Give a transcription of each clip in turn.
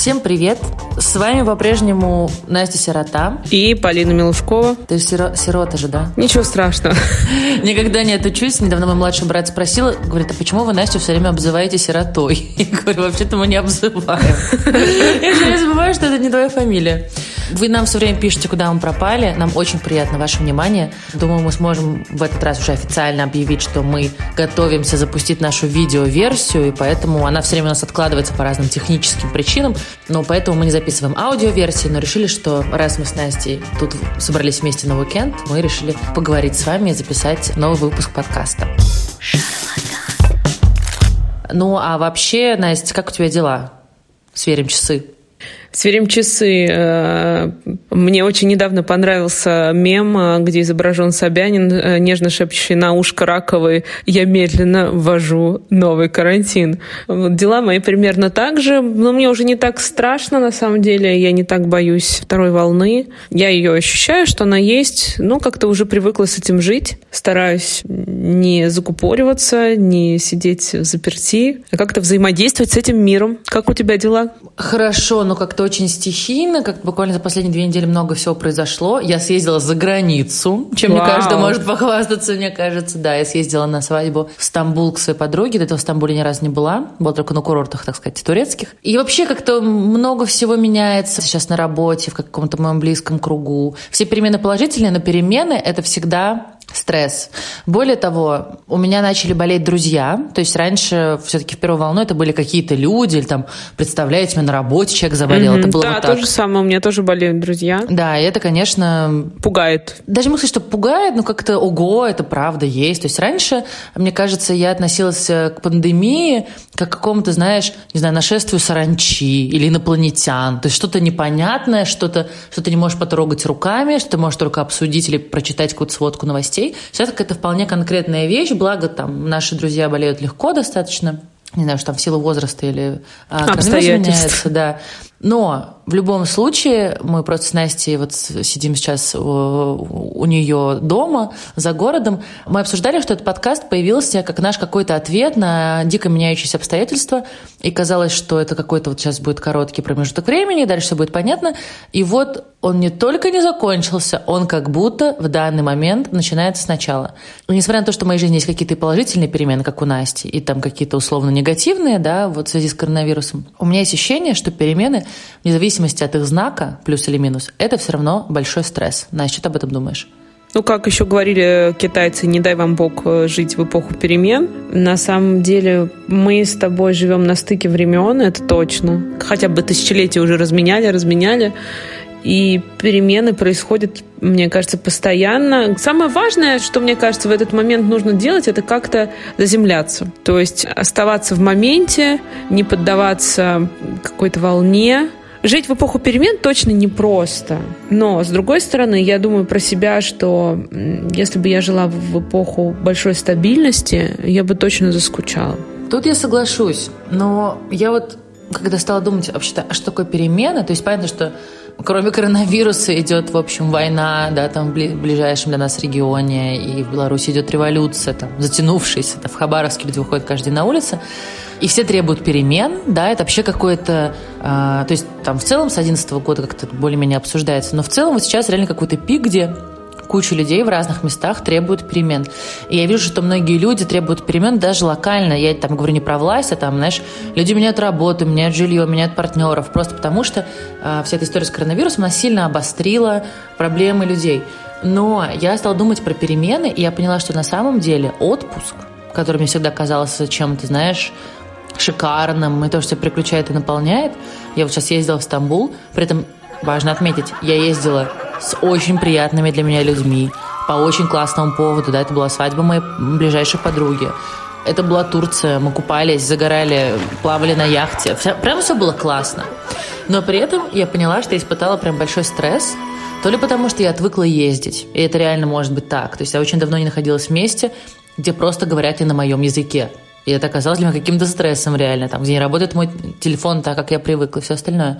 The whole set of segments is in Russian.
Всем привет! С вами по-прежнему Настя Сирота. И Полина Милушкова. Ты же сирота же, да? Ничего страшного. Никогда не отучусь. Недавно мой младший брат спросил, говорит, а почему вы Настю все время обзываете сиротой? Я говорю, вообще-то мы не обзываем. Я же не забываю, что это не твоя фамилия. Вы нам все время пишете, куда мы пропали. Нам очень приятно ваше внимание. Думаю, мы сможем в этот раз уже официально объявить, что мы готовимся запустить нашу видеоверсию, и поэтому она все время у нас откладывается по разным техническим причинам. Но поэтому мы не записываем аудиоверсии, но решили, что раз мы с Настей тут собрались вместе на уикенд, мы решили поговорить с вами и записать новый выпуск подкаста. Ну, а вообще, Настя, как у тебя дела? Сверим часы. Сверим часы. Мне очень недавно понравился мем, где изображен Собянин, нежно шепчущий на ушко Раковой: «Я медленно ввожу новый карантин». Вот дела мои примерно так же, но мне уже не так страшно, на самом деле. Я не так боюсь второй волны. Я ее ощущаю, что она есть, но как-то уже привыкла с этим жить. Стараюсь не закупориваться, не сидеть взаперти, а как-то взаимодействовать с этим миром. Как у тебя дела? Хорошо, но как-то очень стихийно, как буквально за последние 2 недели много всего произошло. Я съездила за границу, чем не каждый может похвастаться, мне кажется. Да, я съездила на свадьбу в Стамбул к своей подруге. До этого в Стамбуле ни разу не была. Была только на курортах, так сказать, турецких. И вообще как-то много всего меняется сейчас на работе, в каком-то моем близком кругу. Все перемены положительные, но перемены — это всегда стресс. Более того, у меня начали болеть друзья. То есть раньше все-таки в первую волну это были какие-то люди, или там, представляете, на работе человек заболел. Это было да, вот так. То же самое. У меня тоже болеют друзья. Да, и это, конечно... Пугает. Даже не могу сказать, что пугает, но как-то ого, это правда есть. То есть раньше, мне кажется, я относилась к пандемии как к какому-то, знаешь, не знаю, нашествию саранчи или инопланетян. То есть что-то непонятное, что-то ты не можешь потрогать руками, что ты можешь только обсудить или прочитать какую-то сводку новостей. Сейчас какая-то вполне конкретная вещь, благо там наши друзья болеют легко достаточно, не знаю, что там в силу возраста или обстоятельств. Да. Но в любом случае мы просто с Настей вот сидим сейчас у нее дома, за городом. Мы обсуждали, что этот подкаст появился как наш какой-то ответ на дико меняющиеся обстоятельства. И казалось, что это какой-то вот сейчас будет короткий промежуток времени, дальше все будет понятно. И вот он не только не закончился, он как будто в данный момент начинается сначала. И несмотря на то, что в моей жизни есть какие-то положительные перемены, как у Насти, и там какие-то условно негативные, да, вот в связи с коронавирусом, у меня есть ощущение, что перемены, вне зависимости от их знака, плюс или минус, это все равно большой стресс. Настя, что ты об этом думаешь? Ну, как еще говорили китайцы, не дай вам Бог жить в эпоху перемен. На самом деле мы с тобой живем на стыке времен, это точно. Хотя бы тысячелетия уже разменяли. И перемены происходят, мне кажется, постоянно. Самое важное, что, мне кажется, в этот момент нужно делать, это как-то заземляться. То есть оставаться в моменте, не поддаваться какой-то волне. Жить в эпоху перемен точно непросто. Но, с другой стороны, я думаю про себя, что если бы я жила в эпоху большой стабильности, я бы точно заскучала. Тут я соглашусь. Но я вот, когда стала думать вообще-то, а что такое перемены, то есть понятно, что кроме коронавируса идет, в общем, война, да, там в ближайшем для нас регионе, и в Беларуси идет революция, там, затянувшаяся, в Хабаровске люди выходят каждый день на улицы, и все требуют перемен, да, это вообще какое-то, то есть там в целом с 2011 года как-то более-менее обсуждается, но в целом вот сейчас реально какой-то пик, где куча людей в разных местах требуют перемен. И я вижу, что многие люди требуют перемен даже локально. Я там говорю не про власть, а там, знаешь, люди меняют работу, меняют жилье, меняют партнеров. Просто потому что вся эта история с коронавирусом, она сильно обострила проблемы людей. Но я стала думать про перемены, и я поняла, что на самом деле отпуск, который мне всегда казался чем-то, знаешь, шикарным, и то, что приключает и наполняет. Я вот сейчас ездила в Стамбул, при этом важно отметить, я ездила с очень приятными для меня людьми, по очень классному поводу, да, это была свадьба моей ближайшей подруги. Это была Турция, мы купались, загорали, плавали на яхте. Прям все было классно. Но при этом я поняла, что я испытала прям большой стресс, то ли потому, что я отвыкла ездить, и это реально может быть так. То есть я очень давно не находилась в месте, где просто говорят и на моем языке. И это оказалось для меня каким-то стрессом реально, там, где не работает мой телефон так, как я привыкла, и все остальное.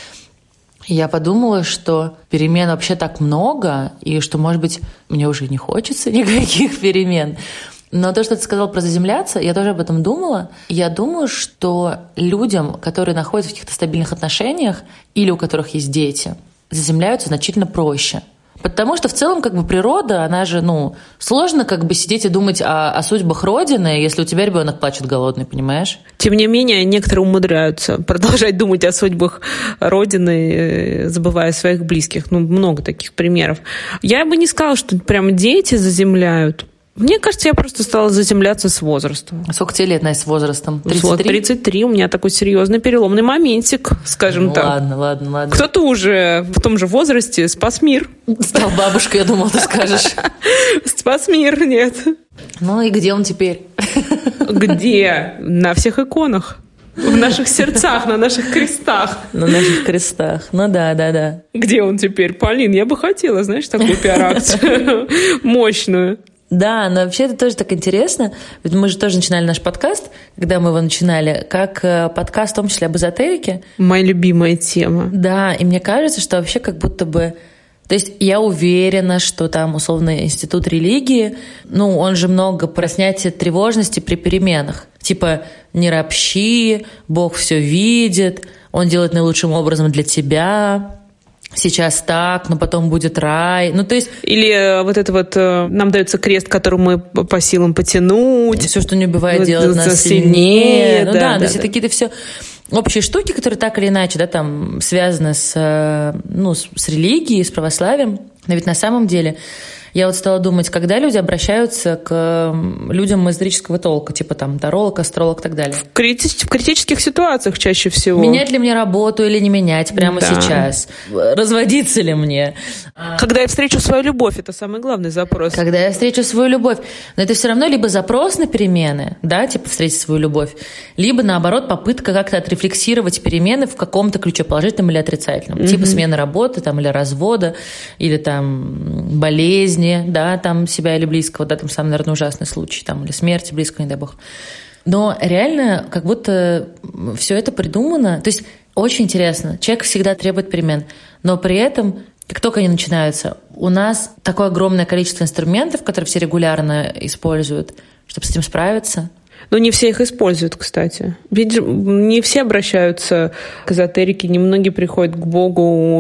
Я подумала, что перемен вообще так много, и что, может быть, мне уже не хочется никаких перемен. Но то, что ты сказал про заземляться, я тоже об этом думала. Я думаю, что людям, которые находятся в каких-то стабильных отношениях или у которых есть дети, заземляются значительно проще. Потому что в целом как бы природа, она же, сложно как бы сидеть и думать о судьбах Родины, если у тебя ребенок плачет голодный, понимаешь? Тем не менее, некоторые умудряются продолжать думать о судьбах Родины, забывая о своих близких. Много таких примеров. Я бы не сказала, что прям дети заземляют. Мне кажется, я просто стала заземляться с возрастом. Сколько тебе лет, Настя, с возрастом? 33? Вот, 33. У меня такой серьезный переломный моментик, скажем так. Ладно. Кто-то уже в том же возрасте спас мир. Стал бабушкой, я думала, ты скажешь. Спас мир, нет. И где он теперь? Где? На всех иконах. В наших сердцах, на наших крестах. На наших крестах. Да. Где он теперь? Полин, я бы хотела, знаешь, такую пиар-акцию мощную. Да, но вообще это тоже так интересно. Ведь мы же тоже начинали наш подкаст, когда мы его начинали, как подкаст, в том числе об эзотерике. Моя любимая тема. Да, и мне кажется, что вообще как будто бы... То есть я уверена, что там условно институт религии, он же много про снятие тревожности при переменах. Типа не ропщи, Бог все видит, Он делает наилучшим образом для тебя... Сейчас так, но потом будет рай. То есть... Или вот это вот нам дается крест, который мы по силам потянуть. Все, что не убивает, делает нас сильнее. То есть это какие-то все общие штуки, которые так или иначе, да, там связаны с религией, с православием. Но ведь на самом деле... Я вот стала думать, когда люди обращаются к людям эзотерического толка, типа там таролог, астролог и так далее. В критических ситуациях чаще всего. Менять ли мне работу или не менять прямо сейчас? Разводиться ли мне? Когда я встречу свою любовь, это самый главный запрос. Когда я встречу свою любовь. Но это все равно либо запрос на перемены, да, типа встретить свою любовь, либо наоборот попытка как-то отрефлексировать перемены в каком-то ключе, положительном или отрицательном. Типа смены работы там, или развода, или там болезни, да, там себя или близкого, да, там самый, наверное, ужасный случай, там, или смерти близкого, не дай бог. Но реально, как будто все это придумано. То есть очень интересно. Человек всегда требует перемен, но при этом, как только они начинаются, у нас такое огромное количество инструментов, которые все регулярно используют, чтобы с этим справиться. Но не все их используют, кстати. Ведь не все обращаются к эзотерике, немногие приходят к Богу,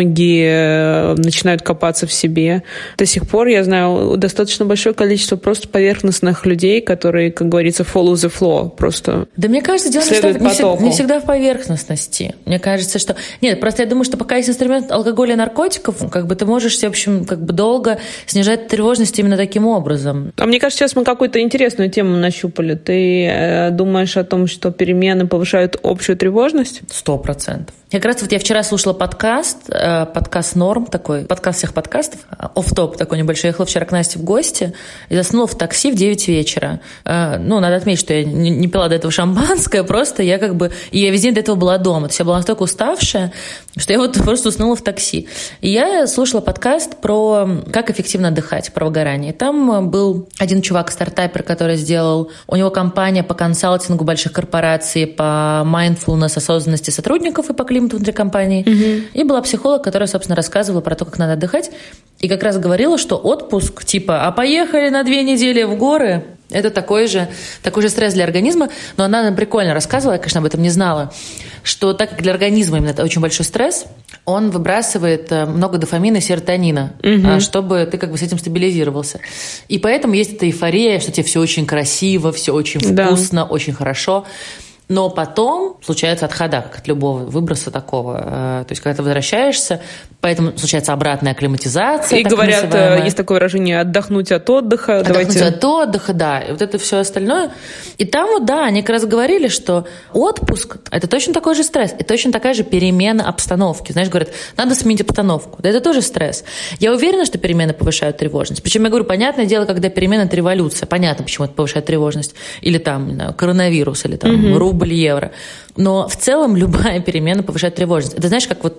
немногие начинают копаться в себе. До сих пор я знаю достаточно большое количество просто поверхностных людей, которые, как говорится, follow the flow, просто да, мне кажется, дело не всегда в поверхностности. Мне кажется, что... Нет, просто я думаю, что пока есть инструмент алкоголя и наркотиков, как бы ты можешь, в общем, как бы долго снижать тревожность именно таким образом. А мне кажется, сейчас мы какую-то интересную тему нащупали. Ты думаешь о том, что перемены повышают общую тревожность? 100%. Как раз вот я вчера слушала подкаст «Норм», такой, подкаст всех подкастов, офф-топ такой небольшой. Я ехала вчера к Насте в гости и заснула в такси в 9 вечера. Надо отметить, что я не пила до этого шампанское, просто я и я весь день до этого была дома. То есть я была настолько уставшая, что я вот просто уснула в такси. И я слушала подкаст про как эффективно отдыхать, про выгорание. И там был один чувак, стартапер, который сделал... У него компания по консалтингу больших корпораций, по mindfulness, осознанности сотрудников и по климату внутри компании. И была психолог, которая, собственно, рассказывала про то, как надо отдыхать. И как раз говорила, что отпуск, типа, а поехали на 2 недели в горы, это такой же стресс для организма. Но она прикольно рассказывала, я, конечно, об этом не знала, что так как для организма именно это очень большой стресс, он выбрасывает много дофамина и серотонина, чтобы ты с этим стабилизировался. И поэтому есть эта эйфория, что тебе все очень красиво, все очень вкусно, очень хорошо. Но потом случается отхода, как от любого выброса такого. То есть, когда ты возвращаешься, поэтому случается обратная акклиматизация. И говорят, называемая. Есть такое выражение «отдохнуть от отдыха». Отдохнуть от отдыха, да. И вот это все остальное. И там они как раз говорили, что отпуск – это точно такой же стресс. И точно такая же перемена обстановки. Знаешь, говорят, надо сменить обстановку. Да это тоже стресс. Я уверена, что перемены повышают тревожность. Причем я говорю, понятное дело, когда перемена – это революция. Понятно, почему это повышает тревожность. Или там, не знаю, коронавирус, или там рубль, евро. Но в целом любая перемена повышает тревожность. Это знаешь, как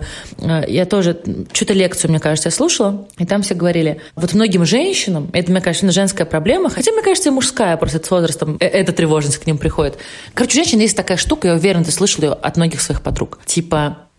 я тоже чью-то лекцию, мне кажется, я слушала, и там все говорили, вот многим женщинам, это, мне кажется, женская проблема, хотя, мне кажется, и мужская, просто с возрастом эта тревожность к ним приходит. Короче, у женщин есть такая штука, я уверена, ты слышала ее от многих своих подруг. Типа,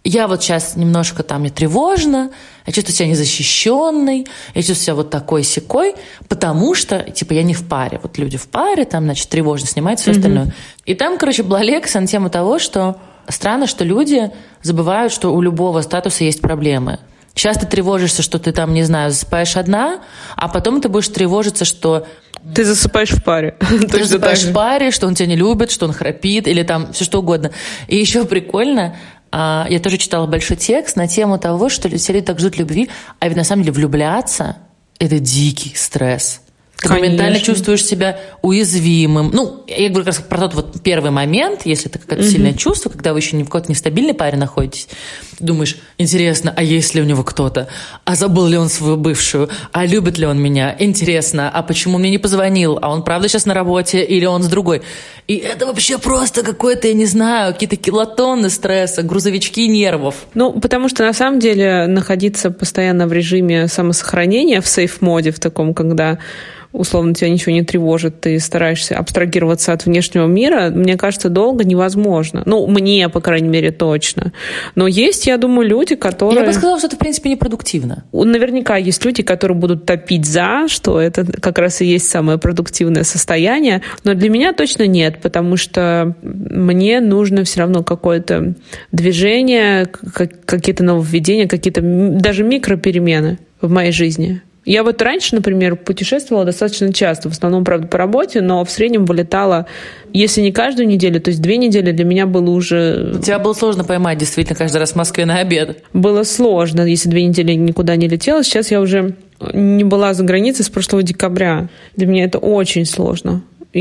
я вот сейчас немножко там мне тревожно, я чувствую себя незащищенной, я чувствую себя вот такой-сякой, потому что, типа, я не в паре. Вот люди в паре, там, значит, тревожно снимают все остальное. И там, короче, была лекция на тему того, что странно, что люди забывают, что у любого статуса есть проблемы. Сейчас ты тревожишься, что ты там, не знаю, засыпаешь одна, а потом ты будешь тревожиться, что... Ты засыпаешь в паре. Ты засыпаешь в паре, что он тебя не любит, что он храпит, или там все что угодно. И еще прикольно, я тоже читала большой текст на тему того, что все люди так ждут любви, а ведь на самом деле влюбляться – это дикий стресс. Ты моментально чувствуешь себя уязвимым. Ну, я говорю как раз про тот вот первый момент, если это какое-то сильное чувство, когда вы еще не в какой-то нестабильной паре находитесь. Ты думаешь, интересно, а есть ли у него кто-то? А забыл ли он свою бывшую? А любит ли он меня? Интересно, а почему мне не позвонил? А он правда сейчас на работе или он с другой? И это вообще просто какой-то, я не знаю, какие-то килотонны стресса, грузовички нервов. Ну, потому что на самом деле находиться постоянно в режиме самосохранения, в сейф-моде, в таком, когда условно тебя ничего не тревожит, ты стараешься абстрагироваться от внешнего мира, мне кажется, долго невозможно. Ну, мне, по крайней мере, точно. Но есть, я думаю, люди, которые... Я бы сказала, что это, в принципе, непродуктивно. Наверняка есть люди, которые будут топить за, что это как раз и есть самое продуктивное состояние. Но для меня точно нет, потому что мне нужно все равно какое-то движение, какие-то нововведения, какие-то даже микроперемены в моей жизни. Я вот раньше, например, путешествовала достаточно часто, в основном, правда, по работе, но в среднем вылетала, если не каждую неделю, то есть 2 недели для меня было уже... Тебя было сложно поймать, действительно, каждый раз в Москве на обед. Было сложно, если 2 недели никуда не летела. Сейчас я уже не была за границей с прошлого декабря. Для меня это очень сложно.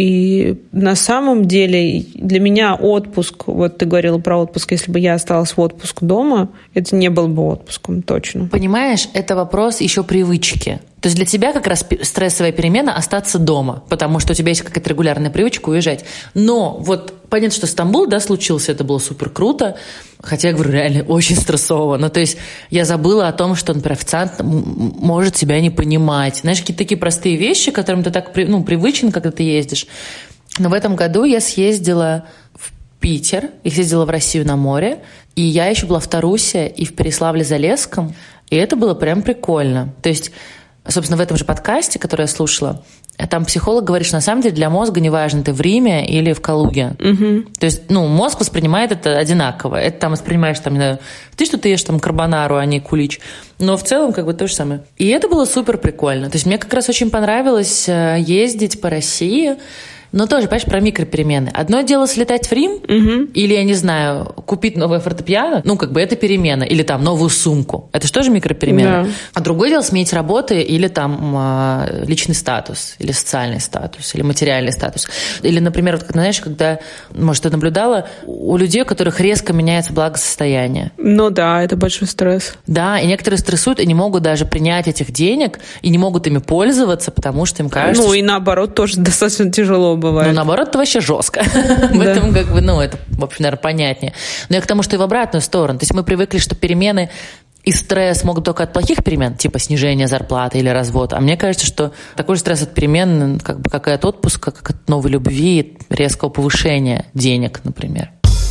И на самом деле для меня отпуск, вот ты говорила про отпуск, если бы я осталась в отпуск дома, это не был бы отпуском, точно. Понимаешь, это вопрос еще привычки. То есть для тебя как раз стрессовая перемена остаться дома, потому что у тебя есть какая-то регулярная привычка уезжать. Но вот понятно, что Стамбул, да, случился, это было супер круто, хотя, я говорю, реально очень стрессово. Ну, то есть я забыла о том, что, например, официант может тебя не понимать. Знаешь, какие-то такие простые вещи, к которым ты так привычен, когда ты ездишь. Но в этом году я съездила в Питер, я съездила в Россию на море, и я еще была в Тарусе и в Переславле-Залесском, и это было прям прикольно. То есть, собственно, в этом же подкасте, который я слушала, там психолог говорит, что на самом деле для мозга неважно, ты в Риме или в Калуге. То есть, мозг воспринимает это одинаково. Это там воспринимаешь, там, не знаю, ты что-то ешь там карбонару, а не кулич. Но в целом как бы то же самое. И это было супер прикольно. То есть мне как раз очень понравилось ездить по России. Но тоже, понимаешь, про микроперемены. Одно дело слетать в Рим, или, я не знаю, купить новое фортепиано, это перемена, или там новую сумку. Это же тоже микроперемена. Да. А другое дело сменить работы или там личный статус, или социальный статус, или материальный статус. Или, например, вот, знаешь, когда, может, ты наблюдала, у людей, у которых резко меняется благосостояние. Ну да, это большой стресс. Да, и некоторые стрессуют и не могут даже принять этих денег, и не могут ими пользоваться, потому что им кажется... и наоборот, тоже достаточно тяжело бывает. Ну, наоборот, это вообще жестко. В этом это, в общем, наверное, понятнее. Но я к тому, что и в обратную сторону. То есть мы привыкли, что перемены и стресс могут только от плохих перемен, типа снижения зарплаты или развод. А мне кажется, что такой же стресс от перемен, как и от отпуска, как от новой любви, резкого повышения денег, например.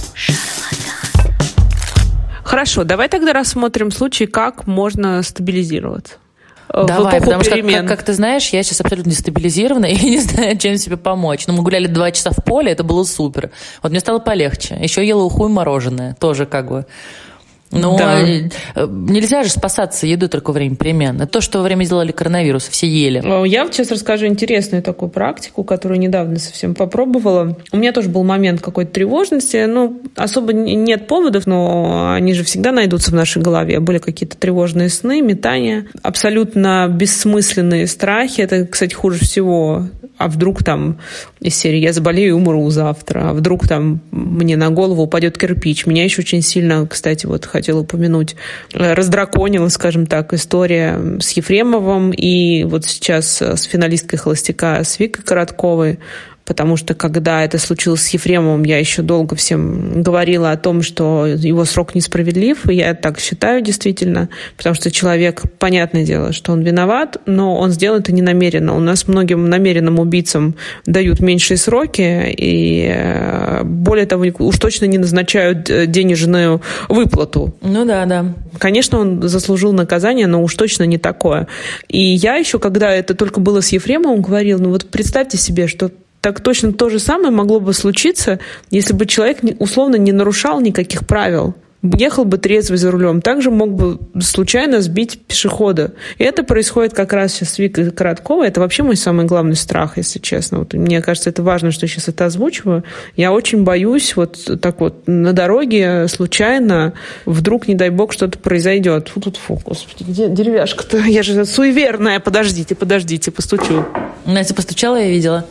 Хорошо, давай тогда рассмотрим случай, как можно стабилизироваться. Давай, потому что, как ты знаешь, я сейчас абсолютно дестабилизирована и не знаю, чем себе помочь. Мы гуляли 2 часа в поле, это было супер. Вот мне стало полегче. Еще ела уху и мороженое, тоже Но нельзя же спасаться едой только во время перемен. Это то, что во время делали коронавируса, все ели. Я сейчас расскажу интересную такую практику, которую недавно совсем попробовала. У меня тоже был момент какой-то тревожности. Особо нет поводов, но они же всегда найдутся в нашей голове. Были какие-то тревожные сны, метания. Абсолютно бессмысленные страхи. Это, кстати, хуже всего. А вдруг там из серии «Я заболею и умру завтра», а вдруг там мне на голову упадет кирпич. Меня еще очень сильно, кстати, хотела упомянуть, раздраконила, скажем так, история с Ефремовым и вот сейчас с финалисткой «Холостяка» с Викой Коротковой, потому что когда это случилось с Ефремовым, я еще долго всем говорила о том, что его срок несправедлив, и я так считаю действительно, потому что человек, понятное дело, что он виноват, но он сделал это не намеренно. У нас многим намеренным убийцам дают меньшие сроки, и более того, уж точно не назначают денежную выплату. Ну да. Конечно, он заслужил наказание, но уж точно не такое. И я еще, когда это только было с Ефремовым, говорил, ну вот представьте себе, что так точно то же самое могло бы случиться, если бы человек условно не нарушал никаких правил. Ехал бы трезвый за рулем, также мог бы случайно сбить пешехода. И это происходит как раз сейчас с Викой Коротковой. Это вообще мой самый главный страх, если честно. Вот мне кажется, это важно, что я сейчас это озвучиваю. Я очень боюсь вот так вот на дороге случайно вдруг, не дай бог, что-то произойдет. Фу, господи, где деревяшка-то? Я же суеверная. Подождите, постучу. Настя постучала, я видела.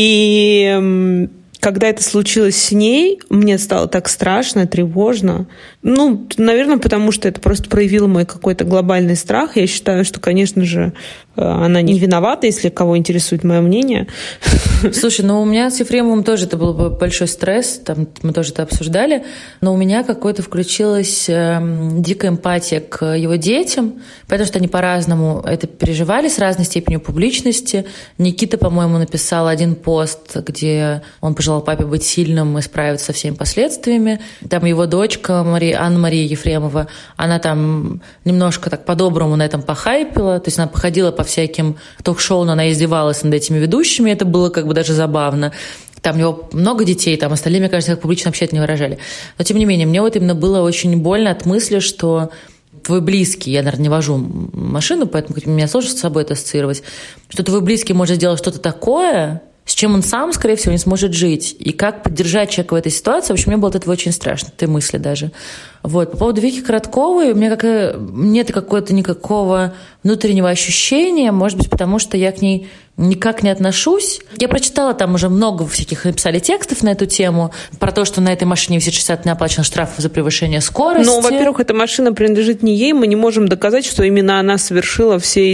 И когда это случилось с ней, мне стало так страшно, тревожно. Ну, наверное, потому что это просто проявило мой какой-то глобальный страх. Я считаю, что, конечно же, она не виновата, если кого интересует мое мнение. Слушай, ну у меня с Ефремовым тоже это был большой стресс, там мы тоже это обсуждали, но у меня какой-то включилась дикая эмпатия к его детям, потому что они по-разному это переживали, с разной степенью публичности. Никита, по-моему, написал один пост, где он пожелал папе быть сильным и справиться со всеми последствиями. Там его дочка Анна-Мария Ефремова, она там немножко так по-доброму на этом похайпила, то есть она походила по всяким ток-шоу, но она издевалась над этими ведущими, это было как бы даже забавно. Там у него много детей, там остальные, мне кажется, как публично вообще это не выражали. Но, тем не менее, мне вот именно было очень больно от мысли, что твой близкий, я, наверное, не вожу машину, поэтому меня сложно с собой это ассоциировать, что твой близкий может сделать что-то такое, с чем он сам, скорее всего, не сможет жить. И как поддержать человека в этой ситуации, в общем, мне было от этого очень страшно, этой мысли даже. Вот. По поводу Вики Коротковой, у меня нет какого-то никакого внутреннего ощущения, может быть, потому что я к ней никак не отношусь. Я прочитала, там уже много всяких написали текстов на эту тему, про то, что на этой машине висит 60 неоплаченных штрафов за превышение скорости. Ну, во-первых, эта машина принадлежит не ей, мы не можем доказать, что именно она совершила все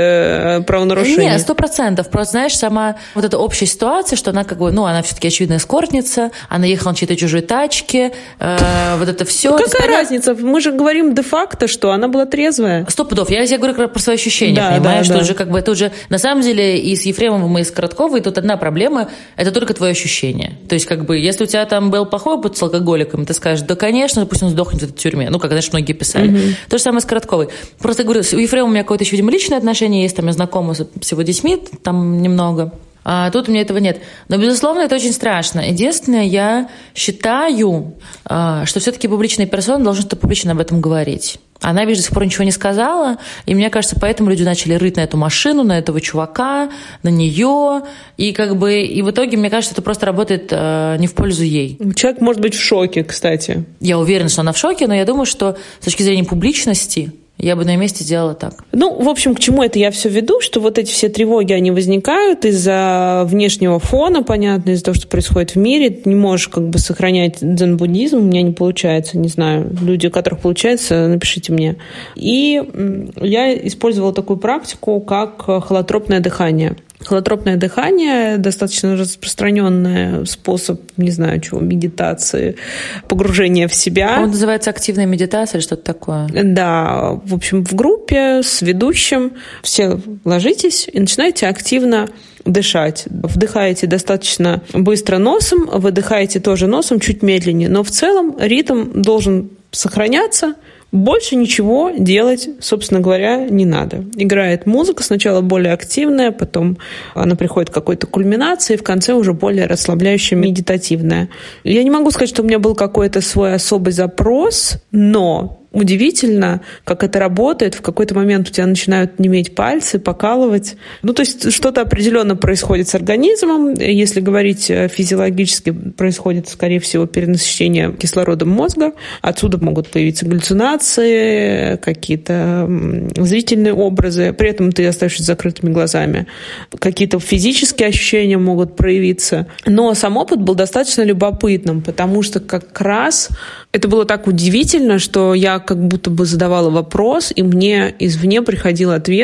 эти правонарушения. Нет, 100%. Просто, знаешь, сама вот эта общая ситуация, что она как бы, ну, она все-таки очевидная эскортница, она ехала на чьей-то чужой тачке, вот это все. Ну, какая разница? Мы же говорим де-факто, что она была трезвая. 100%. Я говорю про свои ощущения, да, понимаешь, что уже как бы это уже на самом деле и с Ефремовым, и с Коротковой тут одна проблема, это только твое ощущение. То есть, как бы, если у тебя там был плохой опыт с алкоголиком, ты скажешь, да, конечно, пусть он сдохнет в этой тюрьме. Ну, как, знаешь, многие писали. То же самое с Коротковой. Просто говорю, у Ефремова у меня какое-то еще, видимо, личное отношение есть, там я знакома с его детьми, там немного. А тут у меня этого нет. Но, безусловно, это очень страшно. Единственное, я считаю, что все-таки публичная персона должна что-то публично об этом говорить. Она, видишь, до сих пор ничего не сказала, и мне кажется, поэтому люди начали рыть на эту машину, на этого чувака, на нее, и как бы, и в итоге, мне кажется, это просто работает не в пользу ей. Человек может быть в шоке, кстати. Я уверена, что она в шоке, но я думаю, что с точки зрения публичности я бы на ее месте сделала так. Ну, в общем, к чему это я все веду, что вот эти все тревоги, они возникают из-за внешнего фона, понятно, из-за того, что происходит в мире. Ты не можешь как бы сохранять дзен-буддизм, у меня не получается, не знаю. Люди, у которых получается, напишите мне. И я использовала такую практику, как холотропное дыхание. Холотропное дыхание – достаточно распространенный способ, не знаю чего, медитации, погружения в себя. Он называется активная медитация или что-то такое? Да, в общем, в группе с ведущим все ложитесь и начинаете активно дышать. Вдыхаете достаточно быстро носом, выдыхаете тоже носом, чуть медленнее, но в целом ритм должен сохраняться. Больше ничего делать, собственно говоря, не надо. Играет музыка, сначала более активная, потом она приходит к какой-то кульминации, в конце уже более расслабляющая, медитативная. Я не могу сказать, что у меня был какой-то свой особый запрос, но удивительно, как это работает. В какой-то момент у тебя начинают неметь пальцы, покалывать. Ну, то есть что-то определенно происходит с организмом. Если говорить физиологически, происходит, скорее всего, перенасыщение кислородом мозга. Отсюда могут появиться галлюцинации, какие-то зрительные образы. При этом ты остаешься с закрытыми глазами. Какие-то физические ощущения могут проявиться. Но сам опыт был достаточно любопытным, потому что как раз это было так удивительно, что я как будто бы задавала вопрос, и мне извне приходил ответ.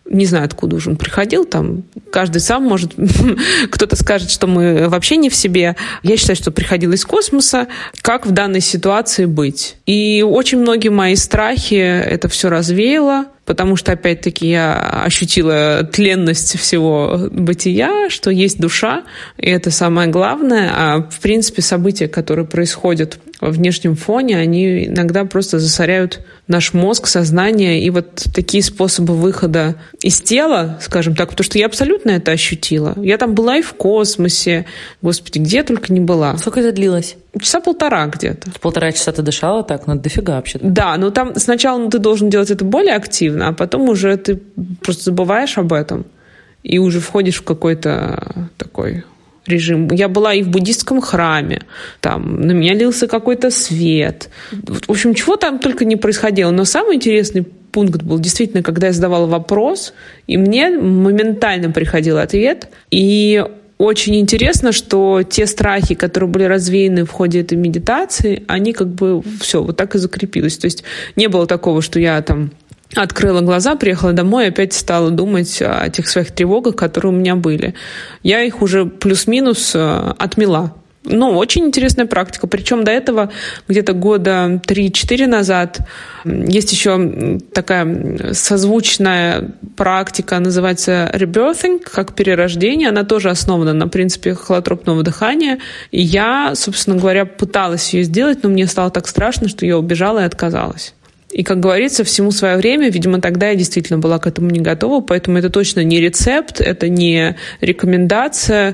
Не знаю, откуда уже он приходил, там каждый сам может, кто-то скажет, что мы вообще не в себе. Я считаю, что приходил из космоса. Как в данной ситуации быть? И очень многие мои страхи это все развеяло, потому что, опять-таки, я ощутила тленность всего бытия, что есть душа, и это самое главное. А, в принципе, события, которые происходят во внешнем фоне, они иногда просто засоряют наш мозг, сознание, и вот такие способы выхода из тела, скажем так, потому что я абсолютно это ощутила. Я там была и в космосе, господи, где я только не была. Сколько это длилось? Часа полтора где-то. 1,5 часа ты дышала так? Ну, дофига вообще-то. Да, но там сначала ты должен делать это более активно, а потом уже ты просто забываешь об этом и уже входишь в какой-то такой режим. Я была и в буддистском храме, там на меня лился какой-то свет. В общем, чего там только не происходило. Но самый интересный пункт был действительно, когда я задавала вопрос, и мне моментально приходил ответ. И очень интересно, что те страхи, которые были развеяны в ходе этой медитации, они как бы все, вот так и закрепились. То есть не было такого, что я там открыла глаза, приехала домой и опять стала думать о тех своих тревогах, которые у меня были. Я их уже плюс-минус отмела. Ну, очень интересная практика. Причем до этого, где-то года 3-4 назад, есть еще такая созвучная практика, называется rebirthing, как перерождение. Она тоже основана на принципе холотропного дыхания. И я, собственно говоря, пыталась ее сделать, но мне стало так страшно, что я убежала и отказалась. И, как говорится, всему свое время, видимо, тогда я действительно была к этому не готова, поэтому это точно не рецепт, это не рекомендация,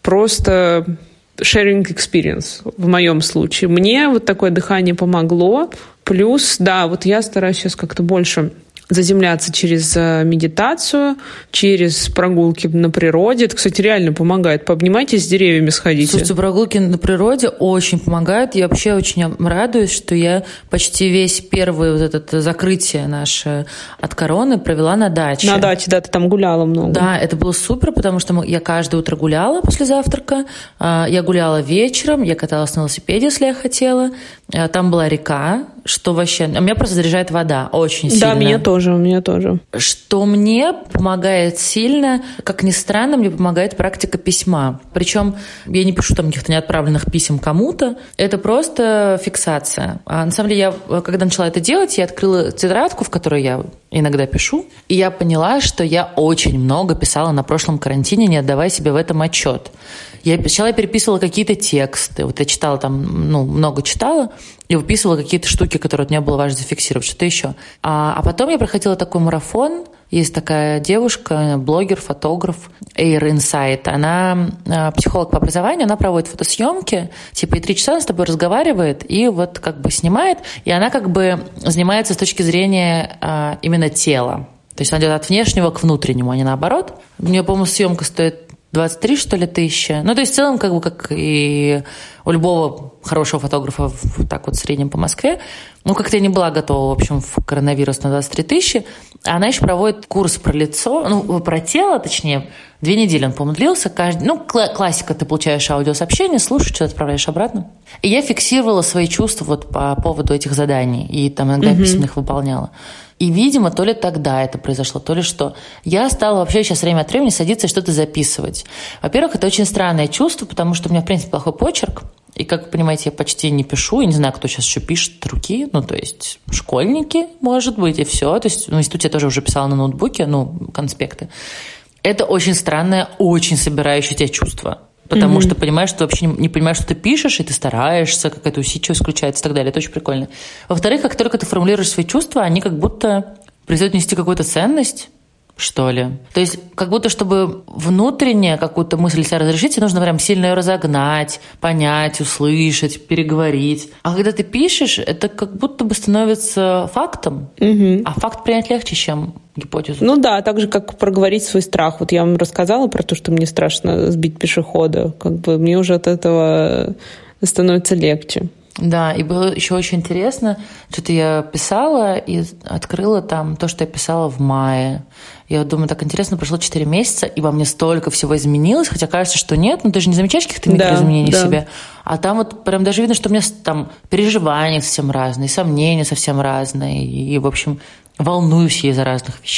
просто sharing experience в моем случае. Мне вот такое дыхание помогло. Плюс, да, вот я стараюсь сейчас как-то больше заземляться через медитацию, через прогулки на природе. Это, кстати, реально помогает. Пообнимайтесь с деревьями, сходите. Слушайте, прогулки на природе очень помогают. Я вообще очень радуюсь, что я почти весь первый вот это закрытие наше от короны провела на даче. На даче, да, ты там гуляла много. Да, это было супер, потому что я каждое утро гуляла после завтрака. Я гуляла вечером, я каталась на велосипеде, если я хотела. Там была река, что вообще... Меня просто заряжает вода очень сильно. Да, меня тоже. Что мне помогает сильно, как ни странно, мне помогает практика письма. Причем я не пишу там каких-то неотправленных писем кому-то. Это просто фиксация. А на самом деле, я, когда начала это делать, я открыла тетрадку, в которой я иногда пишу, и я поняла, что я очень много писала на прошлом карантине, не отдавая себе в этом отчет. Сначала переписывала какие-то тексты. Вот я читала там, много читала, и выписывала какие-то штуки, которые от меня было важно зафиксировать, что-то еще. А потом я проходила такой марафон. Есть такая девушка, блогер, фотограф, Air Insight. Она психолог по образованию, она проводит фотосъемки, и 3 часа она с тобой разговаривает, и вот как бы снимает, и она как бы занимается с точки зрения именно тела. То есть она идет от внешнего к внутреннему, а не наоборот. У нее, по-моему, съемка стоит 23, что ли, тысячи. То есть в целом, как бы, как и у любого хорошего фотографа, так вот в среднем по Москве. Как-то я не была готова, в общем, в коронавирус на 23 тысячи. А она еще проводит курс про лицо, про тело, точнее, 2 недели он, по-моему, длился. Классика, ты получаешь аудиосообщение, слушаешь, что-то отправляешь обратно. И я фиксировала свои чувства вот по поводу этих заданий. И там иногда письменных выполняла. И, видимо, то ли тогда это произошло, то ли что. Я стала вообще сейчас время от времени садиться и что-то записывать. Во-первых, это очень странное чувство, потому что у меня, в принципе, плохой почерк. И, как вы понимаете, я почти не пишу. Я не знаю, кто сейчас еще пишет от руки. То есть школьники, может быть, и все. То есть в институте я тоже уже писала на ноутбуке, конспекты. Это очень странное, очень собирающее тебя чувство. Потому что понимаешь, что ты вообще не понимаешь, что ты пишешь, и ты стараешься, какая-то усидчивость включается и так далее. Это очень прикольно. Во-вторых, как только ты формулируешь свои чувства, они как будто перестают нести какую-то ценность, что ли. То есть как будто, чтобы внутренне какую-то мысль себя разрешить, тебе нужно прям сильно ее разогнать, понять, услышать, переговорить. А когда ты пишешь, это как будто бы становится фактом. А факт принять легче, чем гипотезу. Да, так же, как проговорить свой страх. Вот я вам рассказала про то, что мне страшно сбить пешехода. Как бы мне уже от этого становится легче. Да, и было еще очень интересно, что-то я писала и открыла там то, что я писала в мае. Я думаю, так интересно, прошло 4 месяца, и во мне столько всего изменилось, хотя кажется, что нет, ты же не замечаешь каких-то микроизменений в себе. А там вот прям даже видно, что у меня там переживания совсем разные, сомнения совсем разные, и в общем, волнуюсь я из-за разных вещей.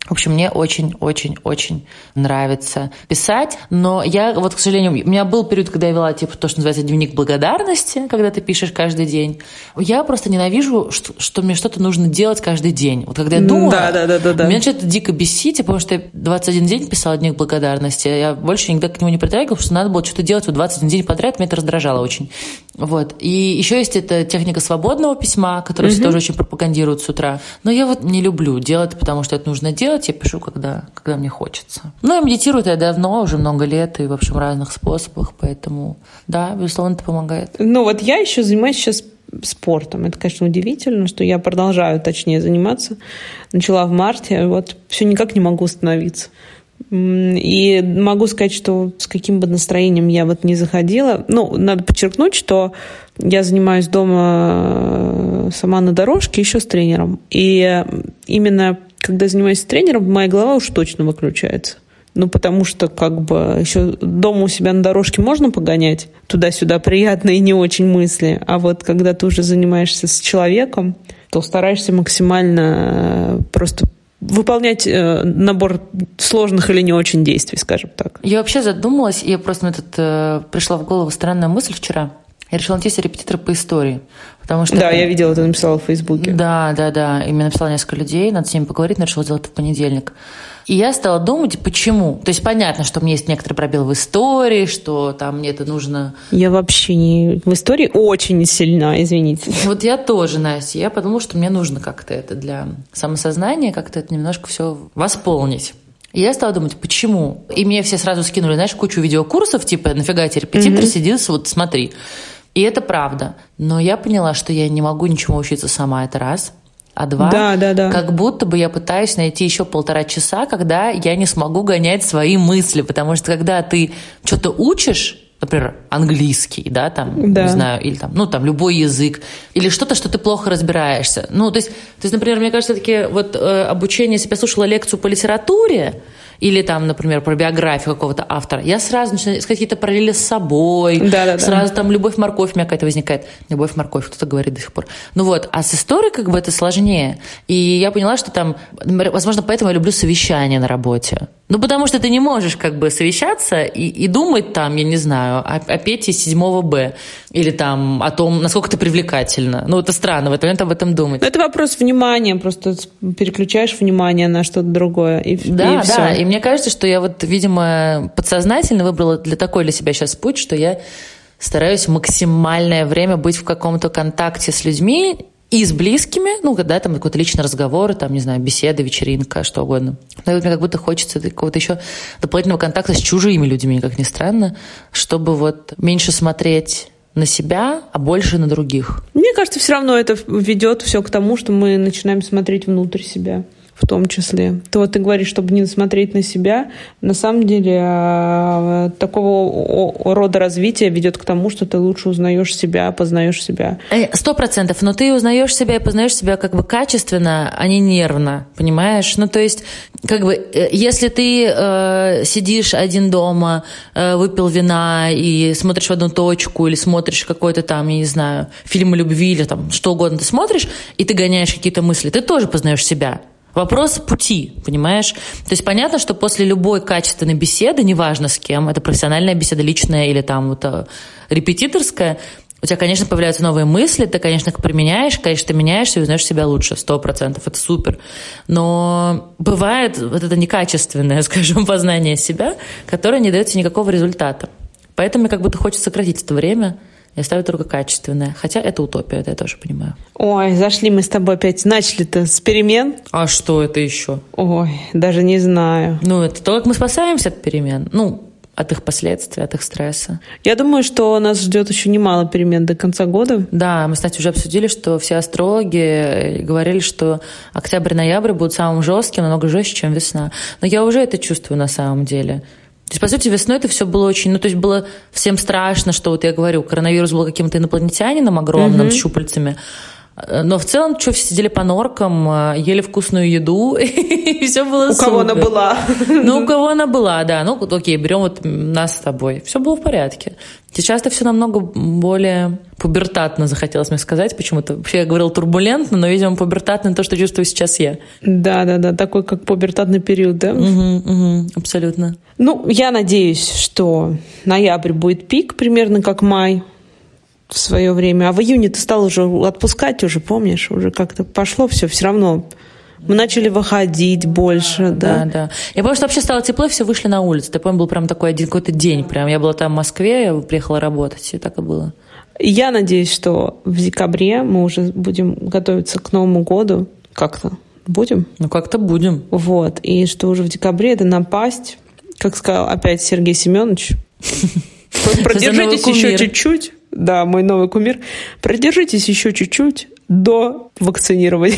В общем, мне очень-очень-очень нравится писать, но я вот, к сожалению, у меня был период, когда я вела, типа, то, что называется дневник благодарности, когда ты пишешь каждый день. Я просто ненавижу, что мне что-то нужно делать каждый день. Вот когда я думаю, меня что-то дико бесит, потому что я 21 день писала дневник благодарности, я больше никогда к нему не притрагивалась, потому что надо было что-то делать вот 21 день подряд, меня это раздражало очень. Вот. И еще есть эта техника свободного письма, которую все тоже очень пропагандируют с утра. Но я вот не люблю делать, потому что это нужно делать. Я пишу, когда мне хочется. Ну, я медитирую я давно, уже много лет, и, в общем, в разных способах, поэтому, да, безусловно, это помогает. Ну, вот я еще занимаюсь сейчас спортом. Это, конечно, удивительно, что я продолжаю, точнее, заниматься. Начала в марте, вот все никак не могу остановиться. И могу сказать, что с каким бы настроением я вот не заходила, ну, надо подчеркнуть, что я занимаюсь дома сама на дорожке, еще с тренером. И именно когда занимаюсь с тренером, моя голова уж точно выключается. Ну, потому что как бы еще дома у себя на дорожке можно погонять, туда-сюда приятные и не очень мысли. А вот когда ты уже занимаешься с человеком, то стараешься максимально просто выполнять набор сложных или не очень действий, скажем так. Я вообще задумалась, и просто мне тут пришла в голову странная мысль вчера. Я решила найти себе репетитора по истории. Потому что... Да, я видела, ты написала в Фейсбуке. Да. И мне написало несколько людей, надо с ними поговорить, но решила сделать это в понедельник. И я стала думать, почему. То есть понятно, что у меня есть некоторый пробел в истории, что там мне это нужно... Я вообще не... В истории очень не сильна, извините. Вот я тоже, Настя. Я подумала, что мне нужно как-то это для самосознания, как-то это немножко все восполнить. И я стала думать, почему. И мне все сразу скинули, знаешь, кучу видеокурсов, типа, нафига тебе репетитор сидит, вот смотри. И это правда. Но я поняла, что я не могу ничему учиться сама, это раз. А два, как будто бы я пытаюсь найти еще 1,5 часа, когда я не смогу гонять свои мысли. Потому что когда ты что-то учишь, например, английский, да, там, не знаю, или там, ну, там, любой язык, или что-то, что ты плохо разбираешься. Ну, то есть, например, мне кажется, все-таки вот обучение, если бы я слушала лекцию по литературе, или там, например, про биографию какого-то автора, я сразу начинаю искать какие-то параллели с собой, сразу там любовь-морковь у меня какая-то возникает. Любовь-морковь, кто-то говорит до сих пор. Ну вот, а с историей как бы это сложнее. И я поняла, что там, возможно, поэтому я люблю совещания на работе. Ну, потому что ты не можешь как бы совещаться и думать там, я не знаю, о Пете 7 Б, или там о том, насколько ты привлекательна. Ну, это странно в этот момент об этом думать. Это вопрос внимания, просто переключаешь внимание на что-то другое, и все. Да, и мне кажется, что я вот, видимо, подсознательно выбрала для себя сейчас путь, что я стараюсь максимальное время быть в каком-то контакте с людьми и с близкими, ну, когда там какой-то личный разговор, там, не знаю, беседа, вечеринка, что угодно. Но мне как будто хочется какого-то еще дополнительного контакта с чужими людьми, как ни странно, чтобы вот меньше смотреть на себя, а больше на других. Мне кажется, все равно это ведет все к тому, что мы начинаем смотреть внутрь себя. В том числе. То вот ты говоришь, чтобы не смотреть на себя, на самом деле такого рода развитие ведет к тому, что ты лучше узнаешь себя, познаешь себя. 100%. Но ты узнаешь себя и познаешь себя как бы качественно, а не нервно, понимаешь? Ну, то есть, как бы, если ты сидишь один дома, выпил вина и смотришь в одну точку, или смотришь какой-то там, я не знаю, фильм о любви, или там что угодно ты смотришь, и ты гоняешь какие-то мысли, ты тоже познаешь себя. Вопрос пути, понимаешь? То есть понятно, что после любой качественной беседы, неважно с кем, это профессиональная беседа, личная или там вот, репетиторская, у тебя, конечно, появляются новые мысли, ты, конечно, их применяешь, конечно, ты меняешься и узнаешь себя лучше, 100%, это супер. Но бывает вот это некачественное, скажем, познание себя, которое не дает тебе никакого результата. Поэтому мне как будто хочется сократить это время, я ставлю только качественное. Хотя это утопия, это я тоже понимаю. Ой, зашли мы с тобой опять. Начали-то с перемен. А что это еще? Ой, даже не знаю. Ну, это то, как мы спасаемся от перемен. Ну, от их последствий, от их стресса. Я думаю, что нас ждет еще немало перемен до конца года. Да, мы, кстати, уже обсудили, что все астрологи говорили, что октябрь-ноябрь будут самым жестким, намного жестче, чем весна. Но я уже это чувствую на самом деле. То есть, по сути, весной это все было очень... Ну, то есть, было всем страшно, что, вот я говорю, коронавирус был каким-то инопланетянином огромным, с щупальцами. Но в целом, что, все сидели по норкам, ели вкусную еду, и все было супер. У кого она была. Ну, у кого она была, да. Ну, окей, берем вот нас с тобой. Все было в порядке. Сейчас-то все намного более пубертатно, захотелось мне сказать почему-то. Вообще я говорила турбулентно, но, видимо, пубертатно то, что чувствую сейчас я. Да, такой как пубертатный период, да? Абсолютно. Ну, я надеюсь, что ноябрь будет пик, примерно как май в свое время. А в июне ты стал уже отпускать, уже помнишь, уже как-то пошло все равно. Мы начали выходить больше, да. Да. Я помню, что вообще стало тепло, и все вышли на улицу. Ты помню, был прям такой один какой-то день. Прям. Я была там в Москве, я приехала работать, и так и было. Я надеюсь, что в декабре мы уже будем готовиться к Новому году. Как-то будем? Ну, как-то будем. Вот. И что уже в декабре это напасть, как сказал опять Сергей Семенович. Продержитесь еще чуть-чуть. Да, мой новый кумир. Продержитесь еще чуть-чуть до вакцинирования.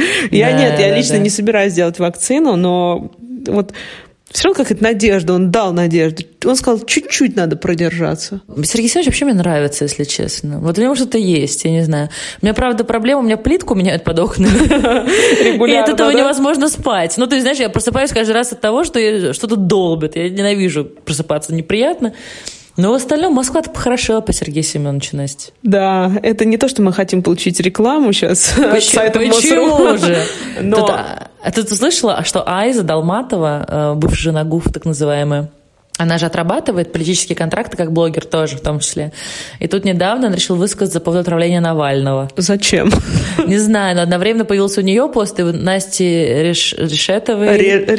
Я лично не собираюсь делать вакцину, но вот все равно какая-то надежда, он дал надежду. Он сказал, чуть-чуть надо продержаться. Сергей Семенович вообще мне нравится, если честно. Вот у него что-то есть, я не знаю. У меня, правда, проблема, у меня плитку меняют под окнами. Регулярно, и от этого невозможно спать. Ну, то есть, знаешь, я просыпаюсь каждый раз от того, что что-то долбит. Я ненавижу просыпаться, неприятно. Но в остальном Москва-то похорошела по Сергею Семеновичу, Настя. Да, это не то, что мы хотим получить рекламу сейчас от сайта Почему же? Ты слышала, что Айза Долматова, бывшая жена ГУФ, так называемая, она же отрабатывает политические контракты как блогер тоже, в том числе. И тут недавно он решил высказаться по поводу отравления Навального. Зачем? Не знаю, но одновременно появился у нее пост, и Насти Решетовой,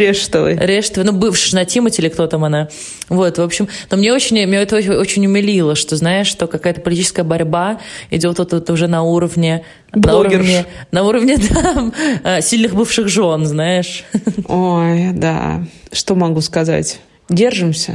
ну, бывшая жена Тимати или кто там она. Вот, в общем, но меня это очень умилило, что, знаешь, что какая-то политическая борьба идет вот уже на уровне... Блогерш. На уровне да, сильных бывших жен, знаешь. Ой, да. Что могу сказать? Держимся,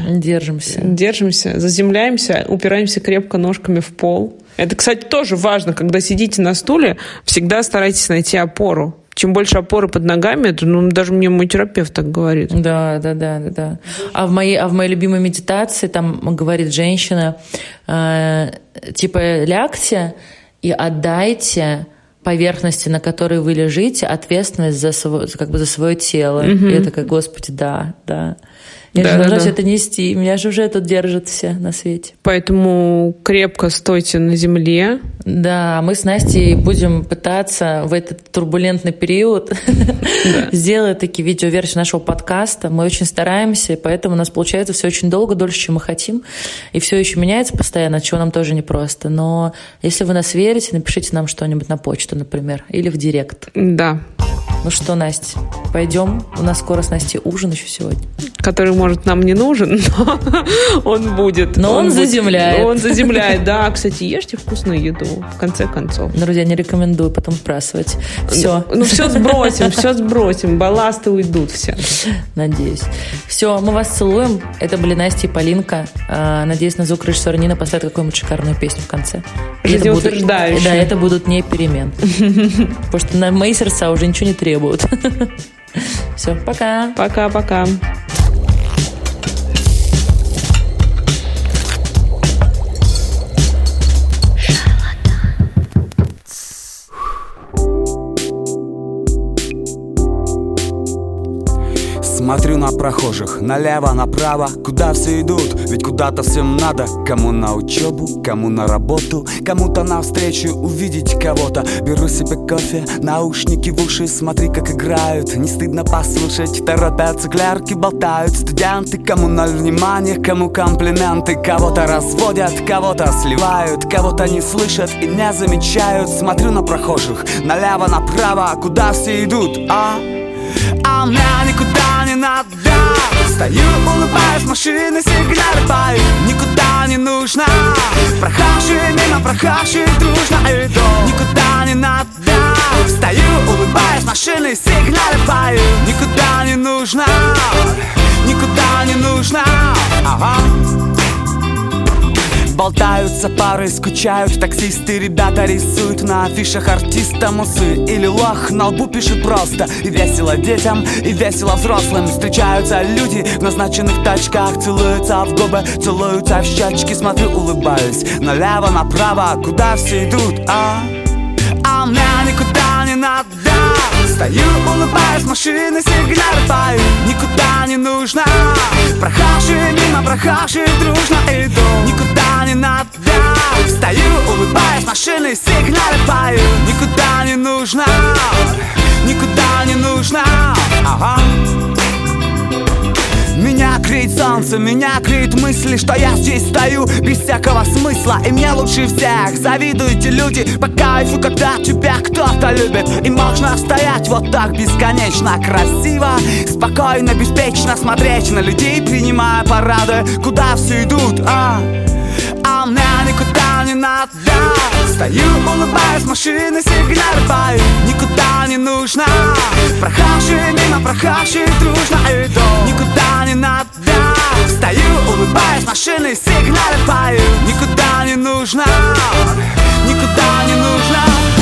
заземляемся, упираемся крепко ножками в пол. Это, кстати, тоже важно, когда сидите на стуле, всегда старайтесь найти опору. Чем больше опоры под ногами, это, даже мне мой терапевт так говорит. Да. А в моей любимой медитации там говорит женщина, типа, лягте и отдайте поверхности, на которой вы лежите, ответственность за свое тело. И я такая, Господи, да. Я же должна все это нести. Меня же уже тут держат все на свете. Поэтому крепко стойте на земле. Да, мы с Настей будем пытаться в этот турбулентный период сделать таки видеоверсию нашего подкаста. Мы очень стараемся, и поэтому у нас получается все очень долго, дольше, чем мы хотим. И все еще меняется постоянно, чего нам тоже непросто. Но если вы нас верите, напишите нам что-нибудь на почту, например, или в директ. Да. Ну что, Настя, пойдем? У нас скоро с Настей ужин еще сегодня. Который, может, нам не нужен, но он будет. Но он заземляет. Он заземляет, да. Кстати, ешьте вкусную еду, в конце концов. Друзья, не рекомендую потом сбрасывать. Все. Ну, все сбросим. Балласты уйдут все. Надеюсь. Все, мы вас целуем. Это были Настя и Полинка. Надеюсь, на звукорежиссер Нина поставит какую-нибудь шикарную песню в конце. Жизнеутверждающую. Да, это будут не перемен. Потому что на мои сердца уже ничего не требуют. Все, пока. Пока-пока. Смотрю на прохожих, налево, направо, куда все идут, ведь куда-то всем надо. Кому на учебу, кому на работу, кому-то навстречу увидеть кого-то. Беру себе кофе, наушники в уши, смотри, как играют. Не стыдно послушать, торопятся клерки, болтают студенты. Кому ноль внимания, кому комплименты. Кого-то разводят, кого-то сливают, кого-то не слышат и не замечают. Смотрю на прохожих, налево, направо, куда все идут, а мне никуда не надо. Стою, улыбаюсь, машины сигналы поют. Никуда не нужно. Прохожие мимо, прохожие дружно идут. Никуда не надо. Стою, улыбаюсь, машины сигналы поют. Никуда не нужно. Никуда не нужно. Болтаются пары, скучают таксисты. Ребята рисуют на афишах артиста мусы или лох на лбу пишет просто. И весело детям, и весело взрослым. Встречаются люди в назначенных тачках. Целуются в губы, целуются в щечки. Смотрю, улыбаюсь налево, направо, куда все идут, а мне никуда не надо. Стою, улыбаюсь, машины сигналы пою. Никуда не нужно. Прохожие мимо, прохожие дружно идут. Никуда не надо. Стою, улыбаюсь, машины сигналы пою. Никуда не нужно. Никуда не нужно. Ага. Меня греет солнце, меня греет мысли, что я здесь стою без всякого смысла. И мне лучше всех завидуете люди по кайфу, когда тебя кто-то любит. И можно стоять вот так бесконечно красиво, спокойно, беспечно смотреть на людей, принимая парады, куда все идут, а мне никуда не надо. Стою, улыбаюсь, машины сигналы пою. Никуда не нужно. Прохожие мимо, прохожие дружно идут. Никуда не надо. Стою, улыбаюсь, машины сигналы пою. Никуда не нужно. Никуда не нужно.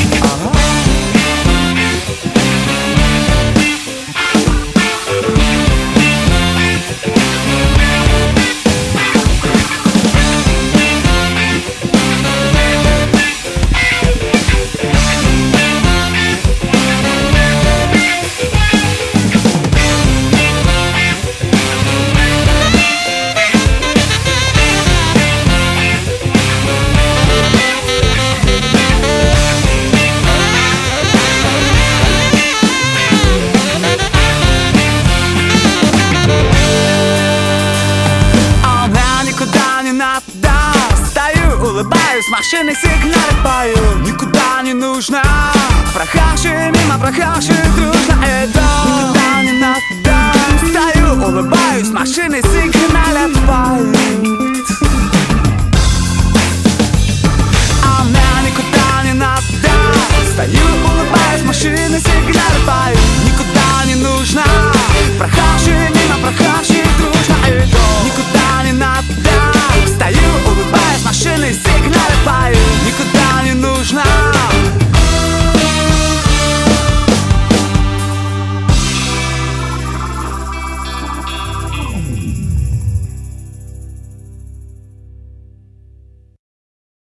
Улыбаюсь, машины сигналы пою. Никуда не нужно. Прохожие мимо, прохожие